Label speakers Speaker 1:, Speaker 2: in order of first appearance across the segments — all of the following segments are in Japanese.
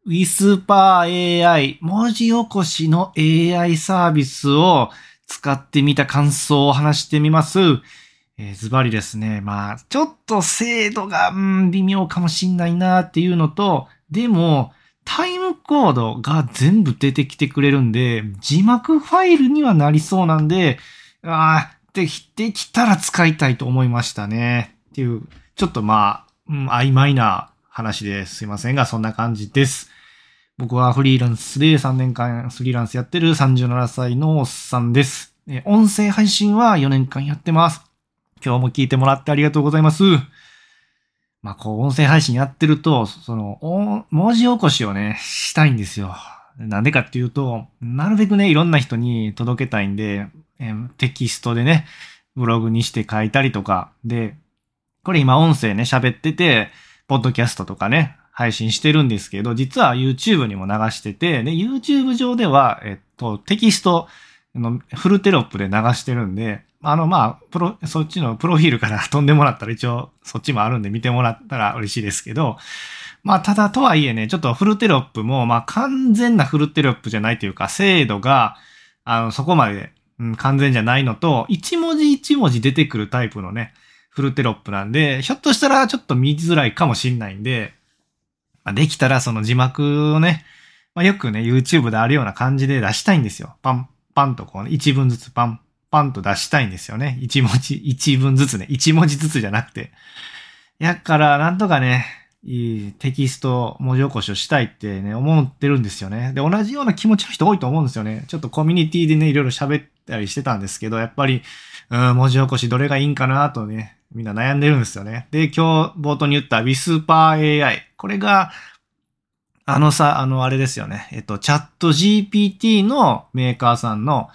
Speaker 1: ウィスパー AI 文字起こしの AI サービスを使ってみた感想を話してみます。ズバリですね。ちょっと精度が、微妙かもしんないなっていうのと、でも、タイムコードが全部出てきてくれるんで、字幕ファイルにはなりそうなんで、できたら使いたいと思いましたね。っていう、ちょっと曖昧な話ですいませんが、そんな感じです。僕はフリーランスで3年間フリーランスやってる37歳のおっさんです。音声配信は4年間やってます。今日も聞いてもらってありがとうございます。音声配信やってると、文字起こしをね、したいんですよ。なんでかっていうと、なるべくね、いろんな人に届けたいんで、テキストでね、ブログにして書いたりとか、で、これ今音声ね、喋ってて、ポッドキャストとかね、配信してるんですけど、実は YouTube にも流してて、で、YouTube 上では、テキストのフルテロップで流してるんで、そっちのプロフィールから飛んでもらったら一応そっちもあるんで見てもらったら嬉しいですけど、ただとはいえね、ちょっとフルテロップも、完全なフルテロップじゃないというか、精度が、そこまで、完全じゃないのと、一文字一文字出てくるタイプのね、フルテロップなんで、ひょっとしたらちょっと見づらいかもしんないんで、できたらその字幕をね、よくね、YouTube であるような感じで出したいんですよ。パン、パンとこうね、一文ずつパン、パンと出したいんですよね。一文ずつね、一文字ずつじゃなくて。やからなんとかね、いいテキスト文字起こしをしたいってね、思ってるんですよね。で、同じような気持ちの人多いと思うんですよね。ちょっとコミュニティでね、いろいろ喋ったりしてたんですけど、やっぱり、文字起こしどれがいいんかなとね、みんな悩んでるんですよね。で、今日冒頭に言ったウィスパー AI。これが、あれですよね。チャット GPT のメーカーさんの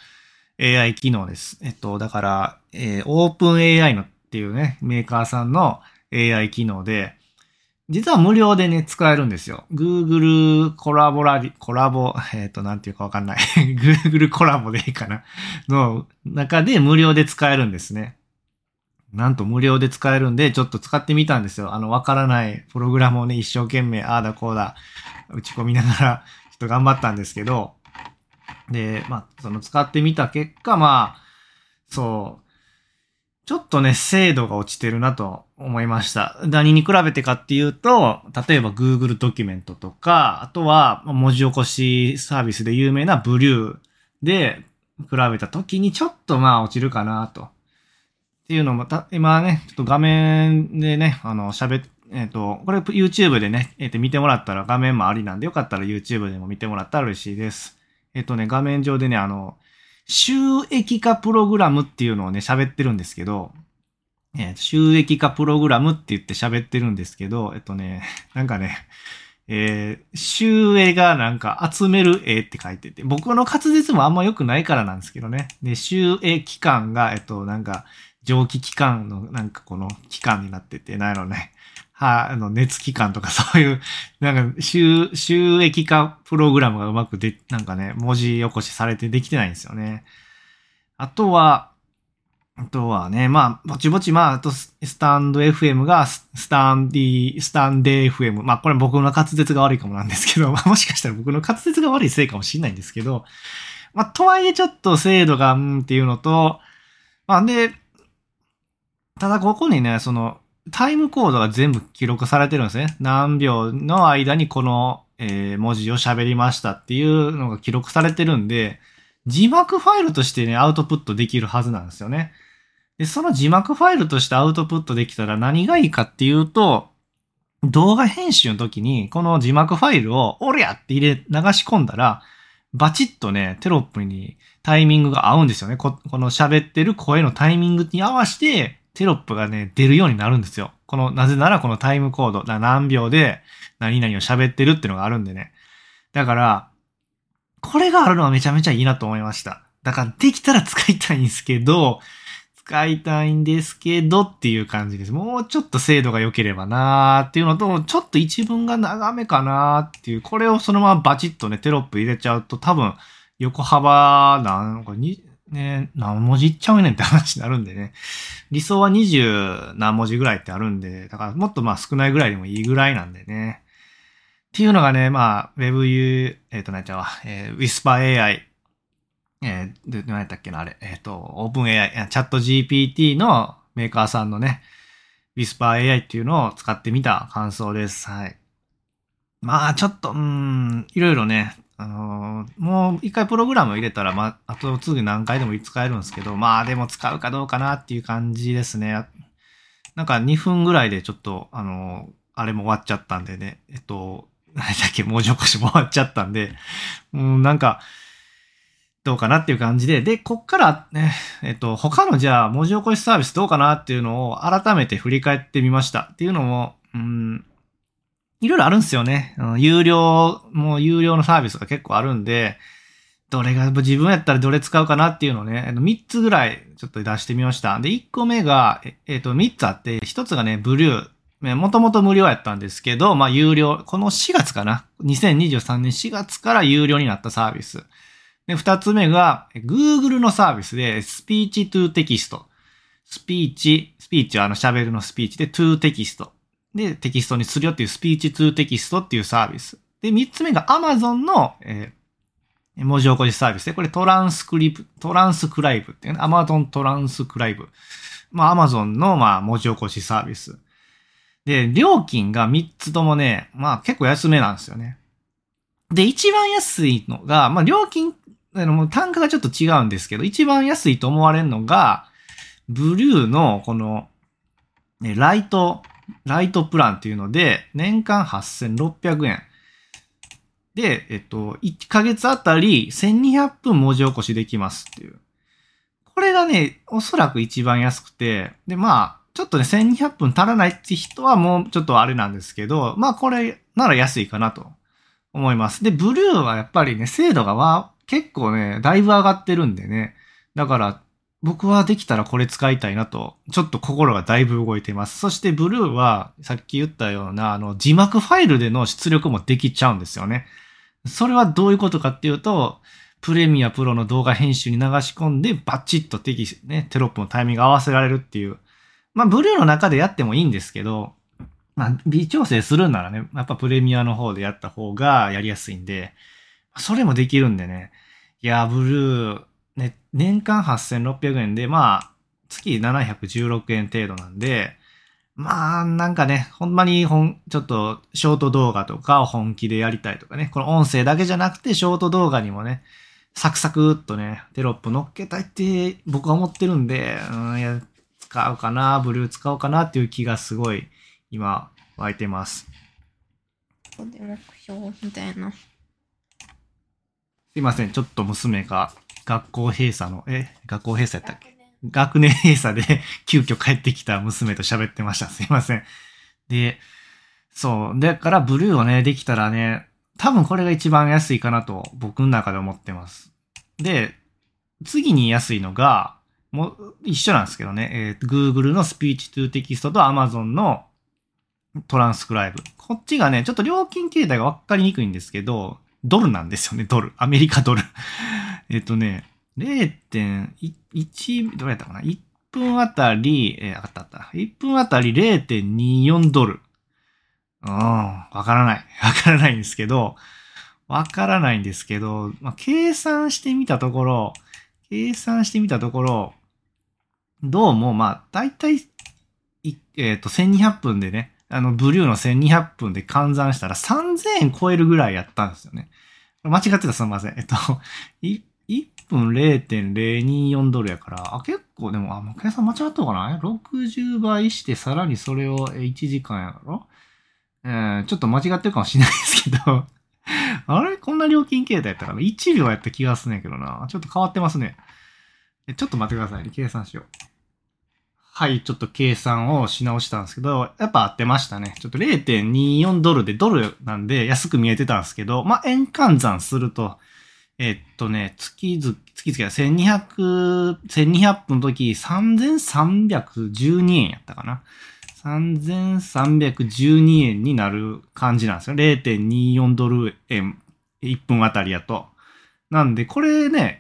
Speaker 1: AI 機能です。だから、オープン AI のっていうね、メーカーさんの AI 機能で、実は無料でね、使えるんですよ。Google コラボ、なんていうかわかんない。Google コラボでいいかな。の中で無料で使えるんですね。なんと無料で使えるんで、ちょっと使ってみたんですよ。わからないプログラムをね、一生懸命、ああだこうだ、打ち込みながら、ちょっと頑張ったんですけど、で、使ってみた結果、ちょっとね、精度が落ちてるなと思いました。何に比べてかっていうと、例えば Google ドキュメントとか、あとは文字起こしサービスで有名なブリューで比べた時にちょっと落ちるかなと。っていうのも、今ね、ちょっと画面でね、これ YouTube でね、見てもらったら画面もありなんで、よかったら YouTube でも見てもらったら嬉しいです。画面上でね、収益化プログラムっていうのをね、喋ってるんですけど、収益化プログラムって言って喋ってるんですけど、なんかね、収益がなんか集める絵って書いてて、僕の滑舌もあんま良くないからなんですけどね。で、収益感が、なんか、蒸気機関のなんかこの機関になってて、なんやろね。熱機関とかそういう、なんか収益化プログラムがうまくなんかね、文字起こしされてできてないんですよね。あとはね、ぼちぼち、あと、スタンド FM が、スタンデー FM。これ僕の滑舌が悪いかもなんですけど、もしかしたら僕の滑舌が悪いせいかもしれないんですけど、とはいえちょっと精度が、っていうのと、で、ただここにね、タイムコードが全部記録されてるんですね。何秒の間にこの、文字を喋りましたっていうのが記録されてるんで、字幕ファイルとしてね、アウトプットできるはずなんですよね。で、その字幕ファイルとしてアウトプットできたら何がいいかっていうと、動画編集の時にこの字幕ファイルをおりゃって流し込んだら、バチッとね、テロップにタイミングが合うんですよね。この喋ってる声のタイミングに合わせて、テロップがね、出るようになるんですよ。なぜならこのタイムコード、何秒で何々を喋ってるっていうのがあるんでね。だから、これがあるのはめちゃめちゃいいなと思いました。だからできたら使いたいんですけどっていう感じです。もうちょっと精度が良ければなーっていうのと、ちょっと一文が長めかなーっていう、これをそのままバチッとね、テロップ入れちゃうと多分、横幅何文字いっちゃうねんって話になるんでね。理想は20何文字ぐらいってあるんで、だからもっと少ないぐらいでもいいぐらいなんでね。 ていうのがね、まあ、WebU、何ちゃうわ、Whisper AI、何やったっけな、あれ、OpenAI、チャット GPT のメーカーさんのね、Whisper AI っていうのを使ってみた感想です。はい。まあ、ちょっと、いろいろね、もう一回プログラムを入れたら、まあ、あと次何回でも使えるんですけど、まあでも使うかどうかなっていう感じですね。なんか2分ぐらいでちょっと、あれも終わっちゃったんでね、何だっけ、文字起こしも終わっちゃったんで、なんか、どうかなっていう感じで、で、こっからね、他のじゃあ文字起こしサービスどうかなっていうのを改めて振り返ってみました。っていうのも、いろいろあるんですよね。もう有料のサービスが結構あるんで、どれが自分やったらどれ使うかなっていうのをね、3つぐらいちょっと出してみました。で、1個目が、3つあって、1つがね、ブリュー。もともと無料やったんですけど、まあ有料。この4月かな。2023年4月から有料になったサービス。で、2つ目が、Google のサービスで、スピーチトゥテキスト。スピーチは喋るのスピーチで、トゥテキスト。で、テキストにするよっていうスピーチトゥテキストっていうサービス。で、3つ目が Amazon の、文字起こしサービスで、これトランスクライブっていうね、Amazon トランスクライブ。まあ Amazon のまあ文字起こしサービス。で、料金が3つともね、まあ結構安めなんですよね。で、一番安いのが、まあ料金、単価がちょっと違うんですけど、一番安いと思われるのが、ブリューのこの、ね、ライトプランっていうので、年間8600円。で、1ヶ月あたり1200分文字起こしできますっていう。これがね、おそらく一番安くて、で、まあ、ちょっとね、1200分足らないって人はもうちょっとあれなんですけど、まあこれなら安いかなと思います。で、ブルーはやっぱりね、精度が結構ね、だいぶ上がってるんでね。だから、僕はできたらこれ使いたいなと、ちょっと心がだいぶ動いています。そしてブルーは、さっき言ったような、字幕ファイルでの出力もできちゃうんですよね。それはどういうことかっていうと、プレミアプロの動画編集に流し込んで、バチッとテロップのタイミング合わせられるっていう。まあ、ブルーの中でやってもいいんですけど、まあ、微調整するならね、やっぱプレミアの方でやった方がやりやすいんで、それもできるんでね。いや、ブルー、ね、年間8600円で、まあ、月716円程度なんで、まあ、なんかね、ほんまにちょっと、ショート動画とかを本気でやりたいとかね、この音声だけじゃなくて、ショート動画にもね、サクサクっとね、テロップ乗っけたいって僕は思ってるんで、いや、使うかな、ブルー使おうかなっていう気がすごい、今、湧いてます。
Speaker 2: ここで目標みたいな。
Speaker 1: すいません、ちょっと娘が学校閉鎖やったっけ？学年閉鎖で急遽帰ってきた娘と喋ってました。すいません。で、そう。だからブルーをね、できたらね、多分これが一番安いかなと僕の中で思ってます。で、次に安いのが、もう一緒なんですけどね、Google のスピーチトゥテキストと Amazon のトランスクライブ。こっちがね、ちょっと料金形態がわかりにくいんですけど、ドルなんですよね、ドル。アメリカドル。0.1、どれやったかな？ 1 分あたり、あった。1分あたり0.24ドル。わからない。わからないんですけど、まあ、計算してみたところ、どうも、まあ、だいたい、1200分でね、ブリューの1200分で換算したら3000円超えるぐらいやったんですよね。間違ってたらすみません。1分0.024ドルやから、結構でも、計算間違ったのかな？ 60 倍してさらにそれを1時間やろ？ちょっと間違ってるかもしれないですけどあれこんな料金形態やったかな？ 1 秒やった気がするんやけどな。ちょっと変わってますね。ちょっと待ってくださいね。計算しよう。はい、ちょっと計算をし直したんですけど、やっぱ合ってましたね。ちょっと0.24ドルでドルなんで安く見えてたんですけど、まあ、円換算すると、月々1200分の時3312円やったかな。3312円になる感じなんですよ。0.24ドル円1分あたりやと。なんで、これね、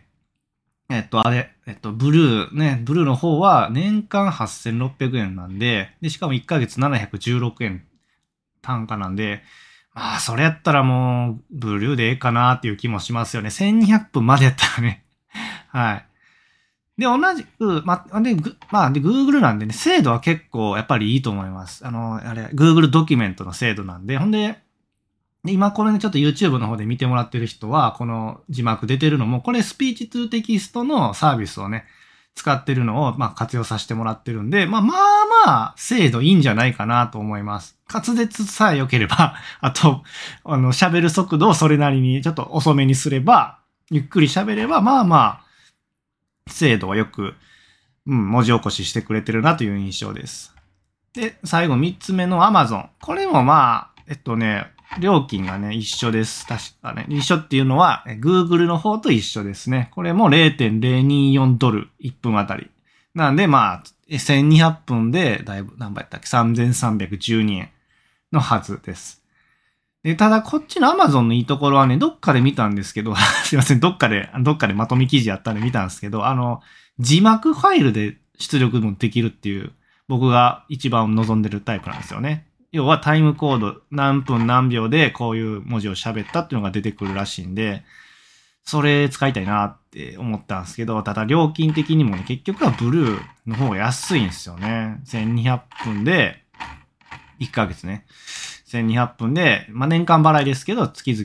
Speaker 1: ブルーの方は年間8600円なんで、しかも1ヶ月716円単価なんで、 まあ、それやったらもう、ブルーでええかなっていう気もしますよね。1200分までやったらね。はい。で、同じく、で、Google なんでね、精度は結構やっぱりいいと思います。Google ドキュメントの精度なんで、ほんで、今これね、ちょっと YouTube の方で見てもらってる人は、この字幕出てるのも、これスピーチトゥテキストのサービスをね、使ってるのを、活用させてもらってるんで、精度いいんじゃないかなと思います。滑舌さえ良ければ、あと、喋る速度をそれなりにちょっと遅めにすれば、ゆっくり喋れば、精度はよく、文字起こししてくれてるなという印象です。で、最後3つ目の Amazon。これも料金がね、一緒です。確かね。一緒っていうのは、Google の方と一緒ですね。これも 0.024 ドル1分あたり。なんで、1200分で、だいぶ、何倍やったっけ ?3312 円のはずです。で、ただ、こっちの Amazon のいいところはね、どっかで見たんですけど、すいません、どっかでまとめ記事やったんで見たんですけど、字幕ファイルで出力もできるっていう、僕が一番望んでるタイプなんですよね。要はタイムコード何分何秒でこういう文字を喋ったっていうのが出てくるらしいんで、それ使いたいなって思ったんですけど、ただ料金的にもね、結局はブルーの方が安いんですよね。1200分で、1ヶ月ね。1200分で、年間払いですけど、月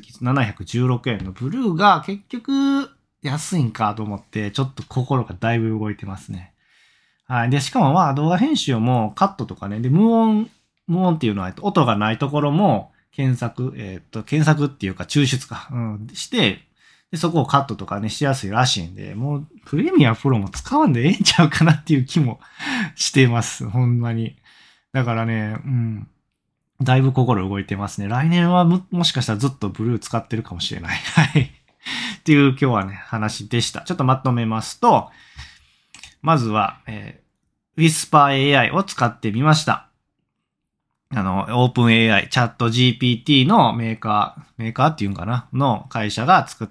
Speaker 1: 々716円のブルーが結局安いんかと思って、ちょっと心がだいぶ動いてますね。はい。で、しかも動画編集もカットとかね、で、無音っていうのは、音がないところも検索っていうか抽出か、して、で、そこをカットとかね、しやすいらしいんで、もう、プレミアプロも使わんでええんちゃうかなっていう気もしてます。ほんまに。だからね、だいぶ心動いてますね。来年はもしかしたらずっとブルー使ってるかもしれない。はい。っていう今日はね、話でした。ちょっとまとめますと、まずは、Whisper AI を使ってみました。オープン AI、チャット GPT のメーカーっていうんかなの会社が作った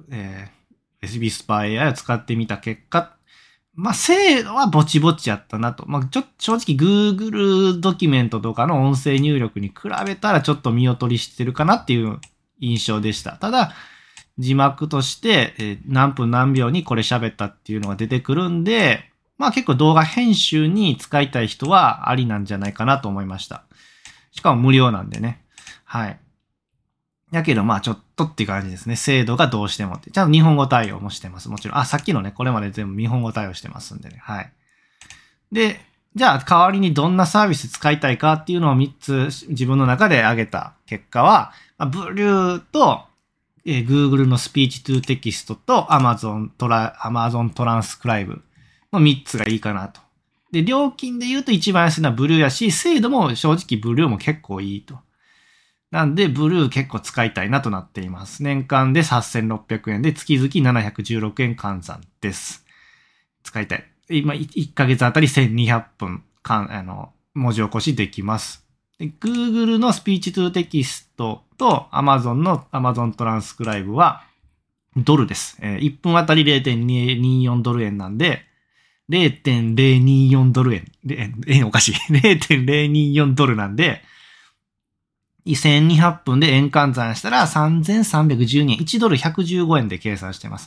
Speaker 1: 、Whisper AI を使ってみた結果、精度はぼちぼちやったなと。正直 Google ドキュメントとかの音声入力に比べたらちょっと見劣りしてるかなっていう印象でした。ただ、字幕として、何分何秒にこれ喋ったっていうのが出てくるんで、結構動画編集に使いたい人はありなんじゃないかなと思いました。しかも無料なんでね。はい。やけどちょっとっていう感じですね。精度がどうしてもって。ちゃんと日本語対応もしてます。もちろん。さっきのね、これまで全部日本語対応してますんでね。はい。で、じゃあ代わりにどんなサービス使いたいかっていうのを3つ自分の中で挙げた結果は、ブリューと、Google のスピーチトゥテキストと Amazon トランスクライブの3つがいいかなと。で、料金で言うと一番安いのはブルーやし、精度も正直ブルーも結構いいと。なんで、ブルー結構使いたいなとなっています。年間で8600円で月々716円換算です。使いたい。今、1ヶ月あたり1200分文字起こしできます。で Google のスピーチトゥテキストと Amazon の Amazon トランスクライブはドルです。1分あたり 0.24 ドル円なんで、0.024 ドル円。おかしい。0.024 ドルなんで、1200分で円換算したら3312円。1ドル115円で計算してます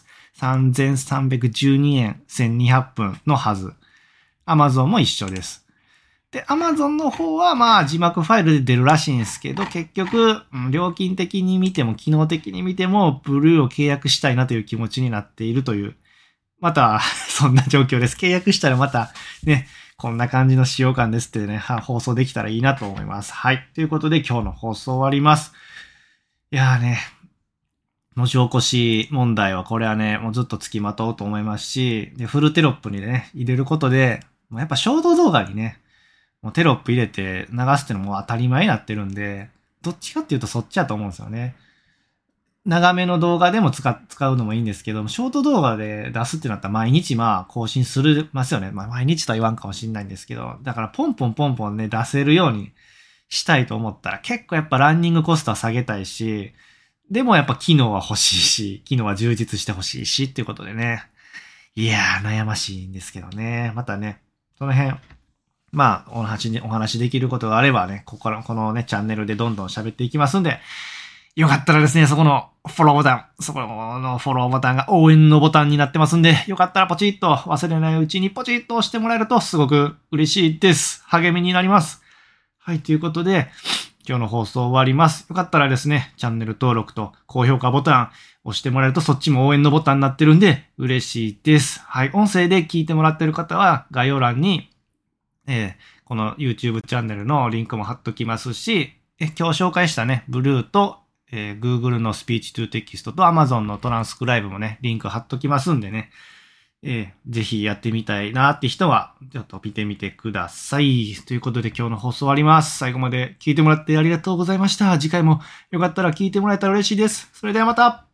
Speaker 1: 。3312円1200分のはず。Amazon も一緒です。で、Amazon の方は字幕ファイルで出るらしいんですけど、結局、料金的に見ても機能的に見ても、ブルーを契約したいなという気持ちになっているという、また、そんな状況です。契約したらまた、ね、こんな感じの使用感ですってね、放送できたらいいなと思います。はい。ということで今日の放送終わります。いやーね、文字起こし問題はこれはね、もうずっと付きまとうと思いますし、で、フルテロップにね、入れることで、やっぱショート動画にね、もうテロップ入れて流すっていうのも当たり前になってるんで、どっちかっていうとそっちだと思うんですよね。長めの動画でも使うのもいいんですけど、ショート動画で出すってなったら毎日更新するますよね。毎日とは言わんかもしれないんですけど、だからポンポンね、出せるようにしたいと思ったら結構やっぱランニングコストは下げたいし、でもやっぱ機能は欲しいし、機能は充実して欲しいしっていうことでね。いやー悩ましいんですけどね。またね、その辺、 まあ、お話できることがあればね、このね、チャンネルでどんどん喋っていきますんで、よかったらですね、そこのフォローボタン、そこのフォローボタンが応援のボタンになってますんで、よかったらポチッと忘れないうちにポチッと押してもらえるとすごく嬉しいです。励みになります。はい、ということで、今日の放送終わります。よかったらですね、チャンネル登録と高評価ボタン押してもらえるとそっちも応援のボタンになってるんで嬉しいです。はい、音声で聞いてもらってる方は概要欄に、この YouTube チャンネルのリンクも貼っときますし、今日紹介したね、ブルーとGoogle のスピーチトゥテキストと Amazon のトランスクライブもね、リンク貼っときますんでね、ぜひやってみたいなって人は、ちょっと見てみてください。ということで今日の放送終わります。最後まで聞いてもらってありがとうございました。次回もよかったら聞いてもらえたら嬉しいです。それではまた。